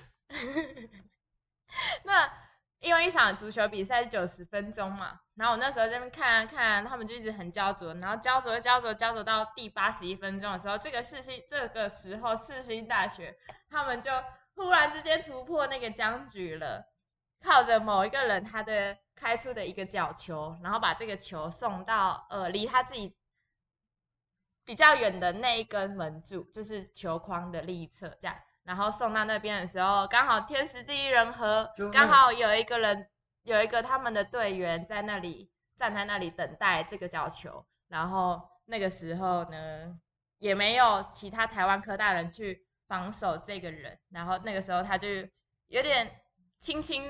那因为一场足球比赛是九十分钟嘛，然后我那时候在那边看啊看啊，他们就一直很焦灼，然后焦灼焦灼焦灼到第八十一分钟的时候，这个世新这个时候世新大学他们就忽然之间突破那个僵局了，靠着某一个人他的开出的一个角球，然后把这个球送到呃离他自己比较远的那一根门柱，就是球框的另一侧这样。然后送到那边的时候，刚好天时地利人和，刚好有一个人，有一个他们的队员在那里站在那里等待这个角球，然后那个时候呢，也没有其他台湾科大人去防守这个人，然后那个时候他就有点轻轻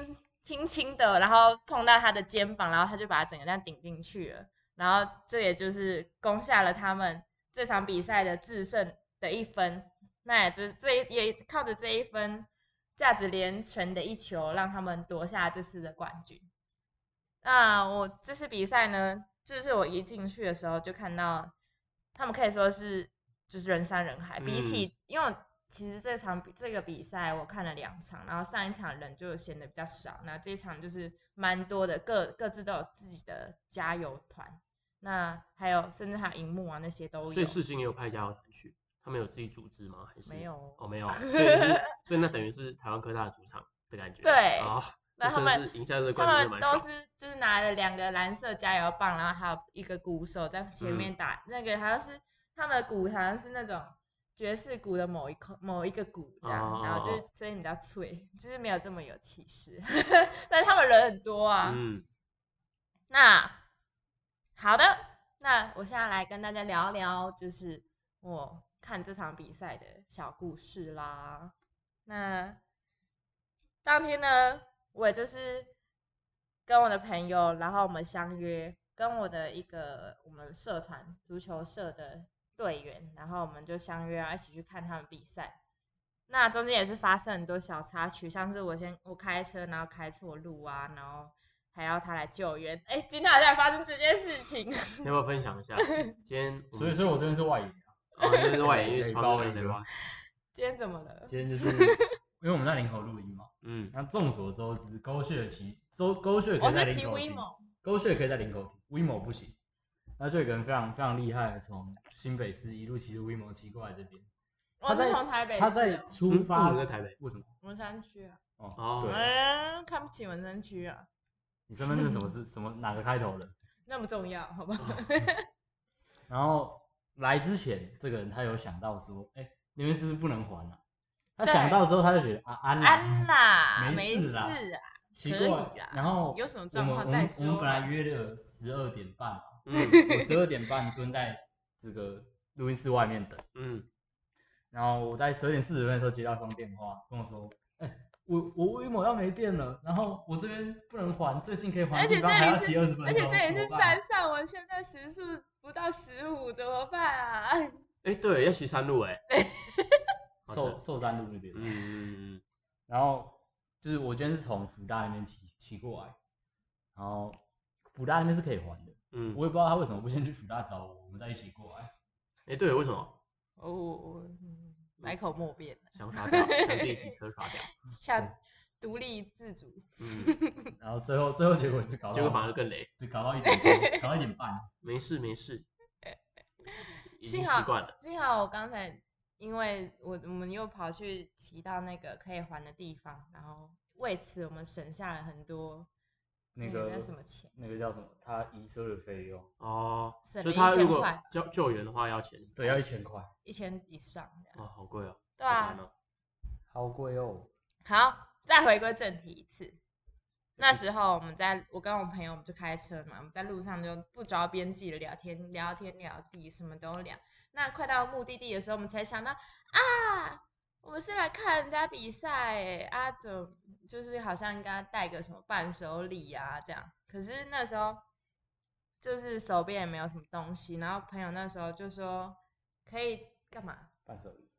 轻轻的，然后碰到他的肩膀，然后他就把他整个这样顶进去了。然后这也就是攻下了他们这场比赛的制胜的一分。那也这这也靠着这一分价值连城的一球，让他们夺下这次的冠军。那我这次比赛呢，就是我一进去的时候就看到他们可以说是就是人山人海，嗯、比起因为其实这场这个比赛我看了两场，然后上一场人就显得比较少，那这一场就是蛮多的，各各自都有自己的加油团，那还有甚至还有荧幕啊那些都有。 所以世新也有派加油团去，他们有自己组织吗？还是没有？ 哦，没有，所以是所以那等于是台湾科大的主场的感觉。 对。 哦， 那他们赢下这个他冠军们都是就是拿了两个蓝色加油棒，然后还有一个鼓手在前面打，嗯、那个好像是他们的鼓好像是那种爵士鼓的某一口某一个鼓这样，哦、然后就是声音比较脆，就是没有这么有气势，但是他们人很多啊。嗯。那好的，那我现在来跟大家聊聊，就是我看这场比赛的小故事啦。那当天呢，我就是跟我的朋友，然后我们相约，跟我的一个我们社团足球社的队员，然后我们就相约要一起去看他们比赛。那中间也是发生很多小插曲，像是我先我开车然后开错路啊，然后还要他来救援。哎，今天好像发生这件事情。 你要不要分享一下？今天所以所以我这边是外野啊。 哦，这边是外野，因为高一个。 今天怎么了？ 今天就是因为我们在林口录音嘛。嗯。那众所周知，勾血骑勾勾血可以在林口踢，勾血可以在林口踢 ，Wimo 不行。那就有一个人非常非常厉害，从新北市一路骑着 Wimo 骑过来这边。 我是从台北市。 他在出发。 嗯、在台北？为什么？ 文山区啊。 哦。对。 嗯，看不起文山区啊。 你身份证什么是什么哪个开头的？ 那不重要，好吧。 然后来之前，这个人他有想到说，哎、欸，那边是不是不能还啊？他想到之后，他就觉得啊安啦， 安啦， 没事啦， 奇怪。然后有什么状况再说。 我们本来约了十二点半，嗯，我十二点半蹲在这个录音室外面等，嗯，然后我在十二点四十分的时候接到一通电话，跟我说，哎、欸。我我 Wimo 要没电了，然后我这边不能还，最近可以还的地方还要骑二十分钟， 而且这里是山上，我现在时速不到十五，怎么办啊？ 哎、欸，对，要骑山路哎、欸， 寿寿山路那边， 嗯嗯嗯， 然后就是我今天是从福大那边骑骑过来，然后福大那边是可以还的，嗯，我也不知道他为什么不先去福大找我，我们再一起过来。 哎、欸，对，为什么？ 哦。百口莫辩， 想耍屌，想自己骑车耍屌， 想独立自主。 嗯，然后最后最后结果是搞到， 结果反而更雷， 对，搞到一点，搞到一点半。 没事没事，已经习惯了。 幸好我刚才因为我我们又跑去骑到那个可以还的地方，然后为此我们省下了很多。 那个那什么钱？ 那个叫什么？他移车的费用哦， 省了一千块。救救援的话要钱？ 对，要一千块。 一千以上。 哦，好贵哦。 对啊。 好贵哦。 好，再回归正题一次。那时候我们在，我跟我朋友我们就开车嘛，我们在路上就不着边际的聊天，聊天聊地，什么都聊。那快到目的地的时候，我们才想到啊。我们是来看人家比赛诶，啊，怎就是好像应该带个什么伴手礼啊这样，可是那时候就是手边也没有什么东西，然后朋友那时候就说可以干嘛？ 伴手礼。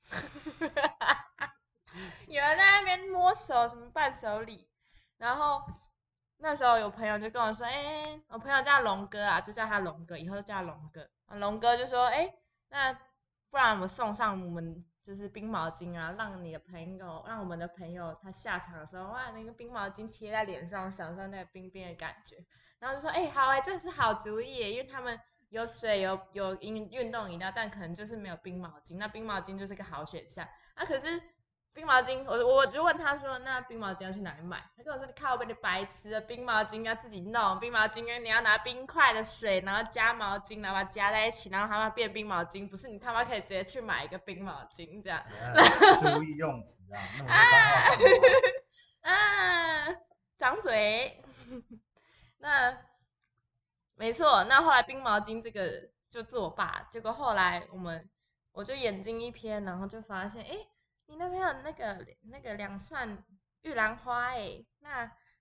有人在那边摸手什么伴手礼，然后那时候有朋友就跟我说，哎、欸，我朋友叫龙哥啊，就叫他龙哥，以后就叫龙哥。龙哥就说，哎、欸，那不然我们送上我们。就是冰毛巾啊，让你的朋友，让我们的朋友他下场的时候，哇，那个冰毛巾贴在脸上，享受那个冰冰的感觉。然后就说，哎、欸，好哎、欸，这是好主意耶，因为他们有水有有运运动饮料，但可能就是没有冰毛巾，那冰毛巾就是个好选项。啊，可是冰毛巾，我我就问他说，那冰毛巾要去哪里买？他跟我说，你靠北的白痴，冰毛巾要自己弄，冰毛巾你要拿冰块的水，然后加毛巾，然后把它加在一起，然后它会变冰毛巾，不是你他妈可以直接去买一个冰毛巾这样。 注意用词啊，那么啊，张嘴。那没错，那后来冰毛巾这个就作罢，结果后来我们我就眼睛一瞥，然后就发现，哎。你那边有那个那个两串玉兰花哎，那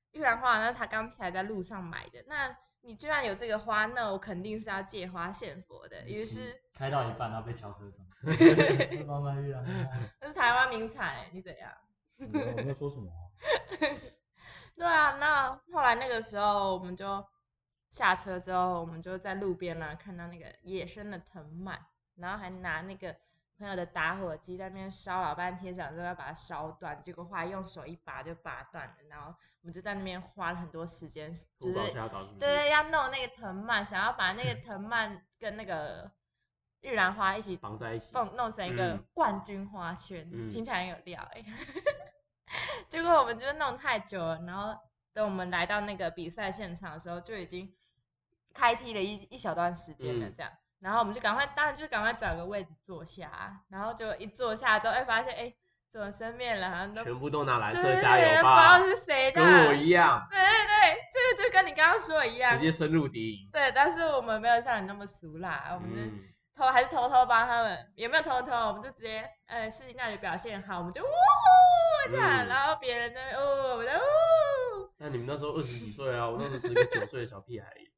玉兰花，那他刚才在路上买的，那你居然有这个花，那我肯定是要借花献佛的。于是开到一半，然后被敲车窗。妈妈玉兰花， 那是台湾名产，你怎样？ 我在说什么？ 对啊，那后来那个时候我们就下车之后，我们就在路边呢看到那个野生的藤蔓，然后还拿那个朋友的打火机在那边烧老半天，想说要把它烧断，结果后来用手一拔就拔断了，然后我们就在那边花了很多时间，就是对要弄那个藤蔓，想要把那个藤蔓跟那个玉兰花一起绑在一起， 弄成一个冠军花圈， 嗯、 听起来很有料哎、欸。结果我们就弄太久了，然后等我们来到那个比赛现场的时候，就已经开踢了一一小段时间了这样。嗯、然后我们就赶快，当然就赶快找个位置坐下，然后就一坐下之后，哎，发现哎，怎么身边人好像都全部都拿蓝色加油吧， 不知道是谁的， 跟我一样。 对对对，这个就跟你刚刚说的一样， 直接深入敌营。 对，但是我们没有像你那么俗啦，我们就偷、嗯、还是偷偷帮他们，也没有偷偷，我们就直接，呃，世锦大学表现好，我们就呜这样，嗯、然后别人呢，哦，我们就呜。 那你们那时候二十几岁啊，我那时候只是个九岁的小屁孩而已。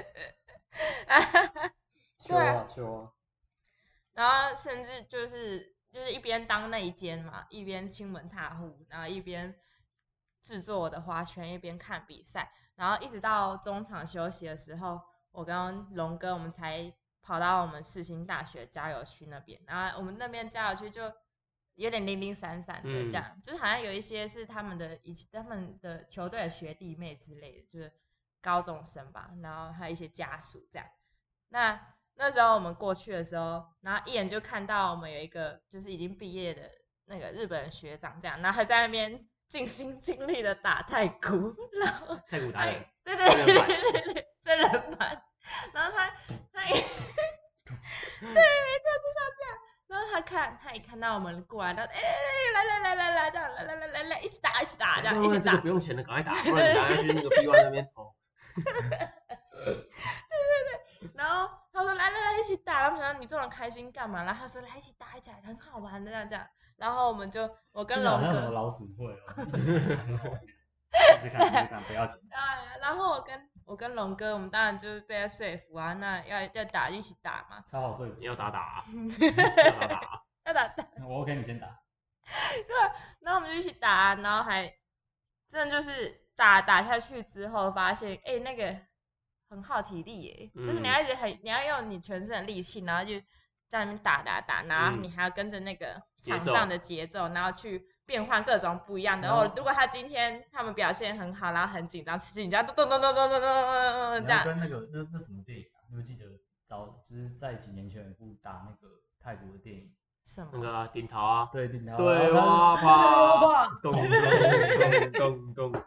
秋啊秋啊。 然后甚至就是就是一边当内奸嘛，一边亲门踏户，然后一边制作我的花圈，一边看比赛，然后一直到中场休息的时候，我跟龙哥我们才跑到我们世新大学加油区那边，然后我们那边加油区就有点零零散散的这样，嗯、就是好像有一些是他们的以他们的球队的学弟妹之类的，就是高中生吧，然后还有一些家属这样。那那时候我们过去的时候，然后一眼就看到我们有一个就是已经毕业的那个日本学长这样，然后他在那边尽心尽力的打太鼓，然后太鼓打人， 对对对对对对，真人版，然后他他也对，没错，就像这样。然后他看，他一看到我们过来，他哎、欸、来来来来来这样，来来来来来一起打一起打这样，一起打。 这个不用钱的，赶快打，不然你赶快去那个 B 一 那边投。 对对对，然后他说来来来一起打，然后想说你这种开心干嘛？然后他说来一起打一起打，很好玩的这样这样。然后我们就我跟龙哥。 好像什么老鼠会哦。一直看一直看，不要紧。 啊，然后我跟我跟龙哥，我们当然就是被他说服啊，那要要打一起打嘛。 超好说服， 要打打啊，要打打， 要打打。 我 OK， 你先打。 对，然后我们就一起打，然后还真的就是打打下去之后，发现哎、欸、那个很耗体力耶，嗯、就是你要一直很你要用你全身的力气，然后就在那边打打打，然后你还要跟着那个场上的节奏，然后去变换各种不一样的。然后如果他今天他们表现很好，然后很紧张，其实你就要咚咚咚咚咚咚咚咚这样。 跟那个那那什么电影啊？你有记得早就是在几年前有部打那个泰国的电影？ 什么？ 那个顶桃啊。 对，顶桃。 对哇啪，咚咚咚咚咚。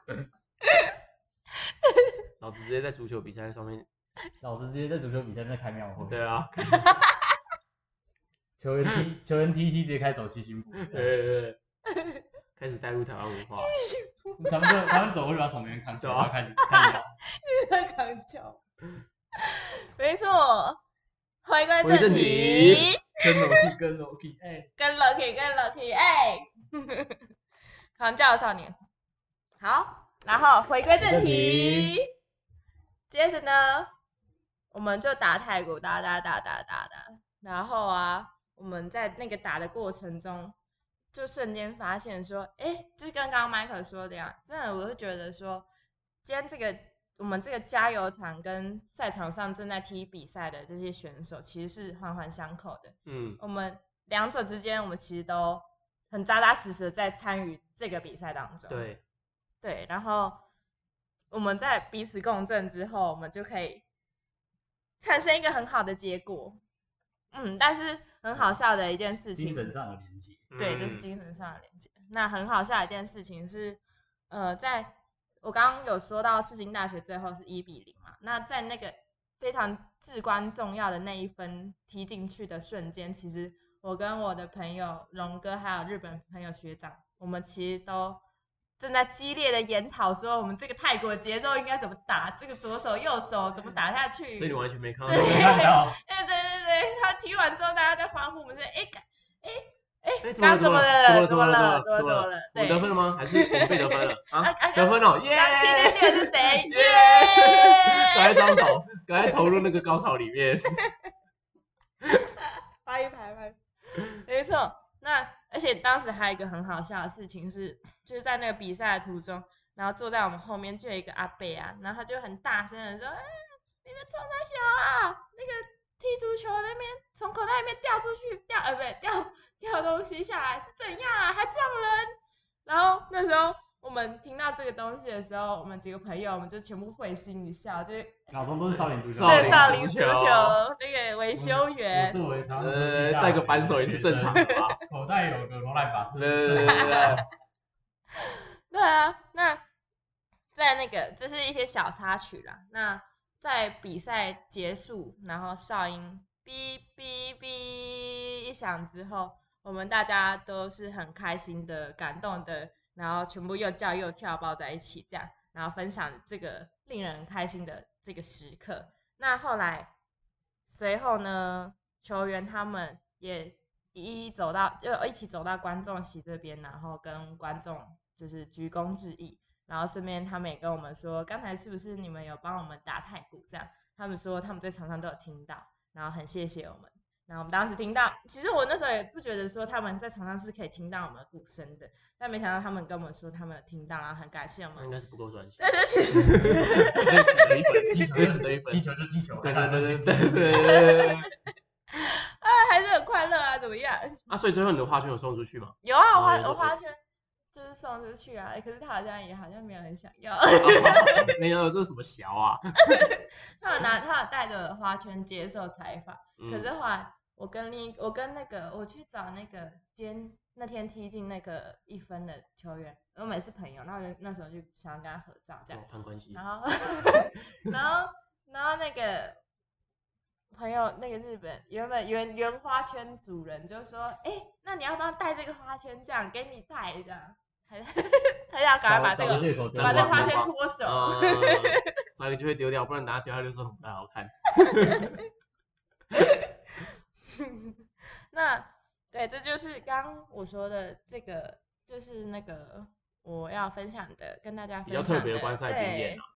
老子直接在足球比赛上面。 老子直接在足球比赛在开庙会。 对啊。 球员踢球员踢踢直接开始走七星步。 对对对。开始带入台湾文化。 他们就他们走过去把守门员扛起来，然后开始开始摇。 你在扛脚。没错。回归正题。跟 Loki 跟 Loki 哎。跟 Loki 跟 Loki 哎。扛教少年。好，然后回归正题。接着呢，我们就打太鼓，打打打打打打，然后啊，我们在那个打的过程中，就瞬间发现说，哎，就是跟刚刚 Michael 说的呀，真的，我会觉得说，今天这个我们这个加油场跟赛场上正在踢比赛的这些选手，其实是环环相扣的。嗯，我们两者之间，我们其实都很扎扎实实的在参与这个比赛当中。 对， 对，然后我们在彼此共振之后，我们就可以产生一个很好的结果。嗯，但是很好笑的一件事情， 精神上的连接。 对，这是精神上的连接。嗯、那很好笑的一件事情是，呃，在我刚刚有说到世新大学最后是一比零嘛，那在那个非常至关重要的那一分踢进去的瞬间，其实我跟我的朋友龙哥还有日本朋友学长，我们其实都正在激烈的研讨说我们这个泰国节奏应该怎么打，这个左手右手怎么打下去。 所以你完全没看到。 对对对对，他踢完之后大家在欢呼，我们说哎哎哎，刚怎么了？怎么了？怎么怎么了？ 我们得分了吗？还是我们被得分了？啊，得分了， 耶！ 刚踢进去的是谁？耶！ 赶快张导，赶快投入那个高潮里面。 发一排拍，没错。那而且当时还有一个很好笑的事情是，就是在那个比赛的途中，然后坐在我们后面就有一个阿伯啊，然后他就很大声的说：“哎，你们冲三小啊，那个踢足球那边从口袋里面掉出去，掉呃不对掉掉东西下来是怎样啊？还撞人！”然后那时候我们听到这个东西的时候，我们几个朋友我们就全部会心一笑，就脑中都是少林足球， 对少林足球那个维修员， 我作为他呃带个扳手也是正常的吧， 口袋有个罗兰法师， 对对对对啊，那在那个这是一些小插曲啦。那在比赛结束，然后哨音哔哔哔一响之后，我们大家都是很开心的、感动的，然后全部又叫又跳抱在一起这样，然后分享这个令人开心的这个时刻。那后来随后呢，球员他们也一一走到就一起走到观众席这边，然后跟观众就是鞠躬致意，然后顺便他们也跟我们说，刚才是不是你们有帮我们打太鼓这样？他们说他们在场上都有听到，然后很谢谢我们。然后我们当时听到，其实我那时候也不觉得说他们在场上是可以听到我们的鼓声的，但没想到他们跟我们说他们有听到，然后很感谢我们。 应该是不够专心。 但是其实得一分，击球就得一分， 击球就击球， 对对对对对对对。 啊，还是很快乐啊，怎么样？ 啊，所以最后你的花圈有送出去吗？ 有啊，我花我花圈就是送出去啊，可是他好像也好像没有很想要。 没有，这是什么小啊？ 他有拿，他有带着我的花圈接受采访，嗯、可是后来我跟另我跟那个我去找那个今那天踢进那个一分的球员，我们也是朋友，然后那时候就想跟他合照这样， 哦、攀关系。 然后然后然后那个朋友那个日本原本原原花圈主人就说，哎、欸，那你要不要带这个花圈这样，给你带这样。他要赶快把这个把这个花圈脱手， 找一个机会丢掉，不然等下丢下就说很不太好看。 那对，这就是刚我说的这个，就是那个我要分享的，跟大家分享的比较特别的观赛经验啊。